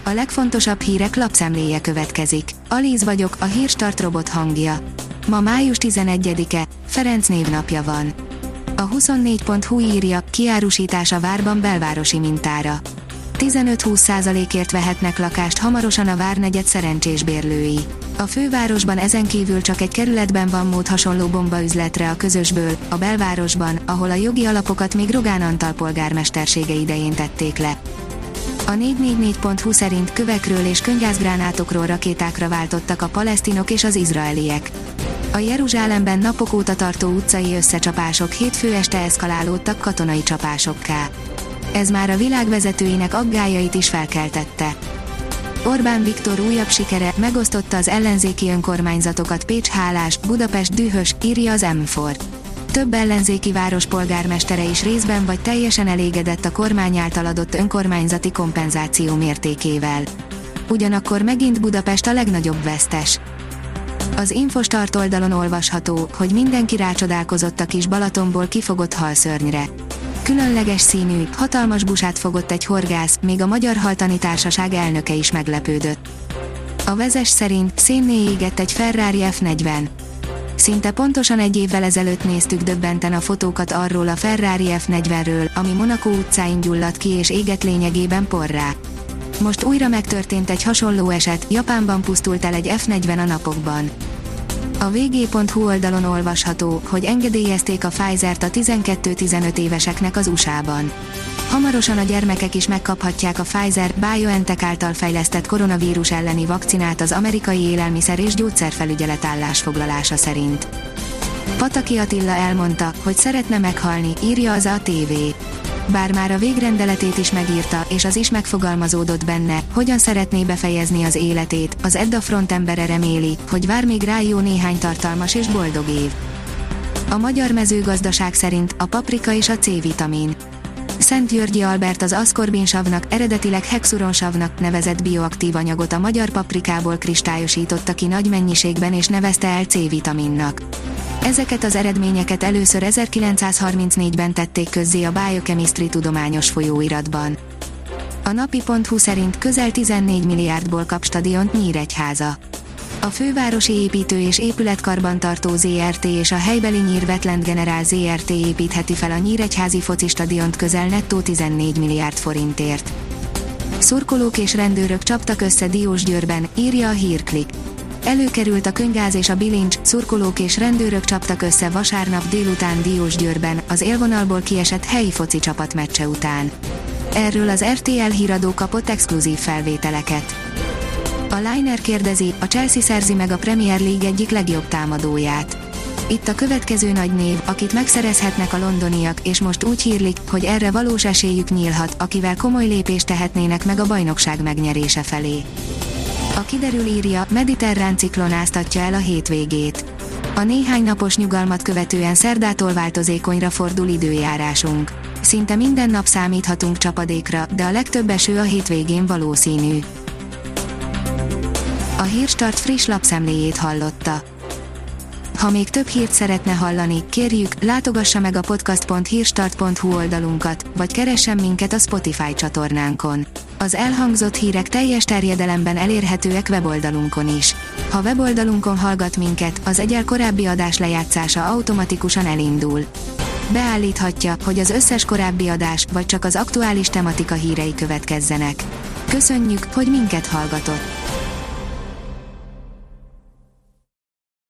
A legfontosabb hírek lapszemléje következik. Alíz vagyok, a Hírstart robot hangja. Ma május 11-e, Ferenc névnapja van. A 24.hu írja, kiárusítás a várban belvárosi mintára. 15-20%-ért vehetnek lakást hamarosan a várnegyed szerencsés bérlői. A fővárosban ezen kívül csak egy kerületben van mód hasonló bombaüzletre a közösből, a belvárosban, ahol a jogi alapokat még Rogán Antal polgármestersége idején tették le. A 444.hu szerint kövekről és könnygászgránátokról rakétákra váltottak a palesztinok és az izraeliek. A Jeruzsálemben napok óta tartó utcai összecsapások hétfő este eszkalálódtak katonai csapásokká. Ez már a világ vezetőinek aggályait is felkeltette. Orbán Viktor újabb sikere, megosztotta az ellenzéki önkormányzatokat. Pécs hálás, Budapest dühös, írja az M4. Több ellenzéki város polgármestere is részben vagy teljesen elégedett a kormány által adott önkormányzati kompenzáció mértékével. Ugyanakkor megint Budapest a legnagyobb vesztes. Az Infostart oldalon olvasható, hogy mindenki rácsodálkozott a kis Balatonból kifogott halszörnyre. Különleges színű, hatalmas busát fogott egy horgász, még a Magyar Haltani Társaság elnöke is meglepődött. A Vezes szerint szénné égett egy Ferrari F40. Szinte pontosan egy évvel ezelőtt néztük döbbenten a fotókat arról a Ferrari F40-ről, ami Monaco utcáin gyulladt ki és égett lényegében porrá. Most újra megtörtént egy hasonló eset, Japánban pusztult el egy F40 a napokban. A vg.hu oldalon olvasható, hogy engedélyezték a Pfizert a 12-15 éveseknek az USA-ban. Hamarosan a gyermekek is megkaphatják a Pfizer-BioNTech által fejlesztett koronavírus elleni vakcinát az amerikai élelmiszer- és gyógyszerfelügyelet állásfoglalása szerint. Pataki Attila elmondta, hogy szeretne meghalni, írja az ATV. Bár már a végrendeletét is megírta, és az is megfogalmazódott benne, hogyan szeretné befejezni az életét, az Edda frontembere reméli, hogy vár még rá jó néhány tartalmas és boldog év. A Magyar Mezőgazdaság szerint a paprika és a C-vitamin. Szentgyörgyi Albert az aszkorbinsavnak, eredetileg hexuronsavnak nevezett bioaktív anyagot a magyar paprikából kristályosította ki nagy mennyiségben és nevezte el C-vitaminnak. Ezeket az eredményeket először 1934-ben tették közzé a Biochemistry tudományos folyóiratban. A napi.hu szerint közel 14 milliárdból kap stadiont Nyíregyháza. A fővárosi építő és épületkarbantartó ZRT és a helybeli Nyír Wetland Generál ZRT építheti fel a nyíregyházi focistadiont közel nettó 14 milliárd forintért. Szurkolók és rendőrök csaptak össze Diósgyőrben, írja a Hírklik. Előkerült a könygáz és a bilincs, szurkolók és rendőrök csaptak össze vasárnap délután Diósgyőrben, az élvonalból kiesett helyi foci csapat meccse után. Erről az RTL híradó kapott exkluzív felvételeket. A Liner kérdezi, a Chelsea szerzi meg a Premier League egyik legjobb támadóját. Itt a következő nagy név, akit megszerezhetnek a londoniak, és most úgy hírlik, hogy erre valós esélyük nyílhat, akivel komoly lépést tehetnének meg a bajnokság megnyerése felé. A kiderül írja, mediterrán ciklon áztatja el a hétvégét. A néhány napos nyugalmat követően szerdától változékonyra fordul időjárásunk. Szinte minden nap számíthatunk csapadékra, de a legtöbb eső a hétvégén valószínű. A Hírstart friss lapszemléjét hallotta. Ha még több hírt szeretne hallani, kérjük, látogassa meg a podcast.hírstart.hu oldalunkat, vagy keressen minket a Spotify csatornánkon. Az elhangzott hírek teljes terjedelemben elérhetőek weboldalunkon is. Ha weboldalunkon hallgat minket, az egyel korábbi adás lejátszása automatikusan elindul. Beállíthatja, hogy az összes korábbi adás, vagy csak az aktuális tematika hírei következzenek. Köszönjük, hogy minket hallgatott!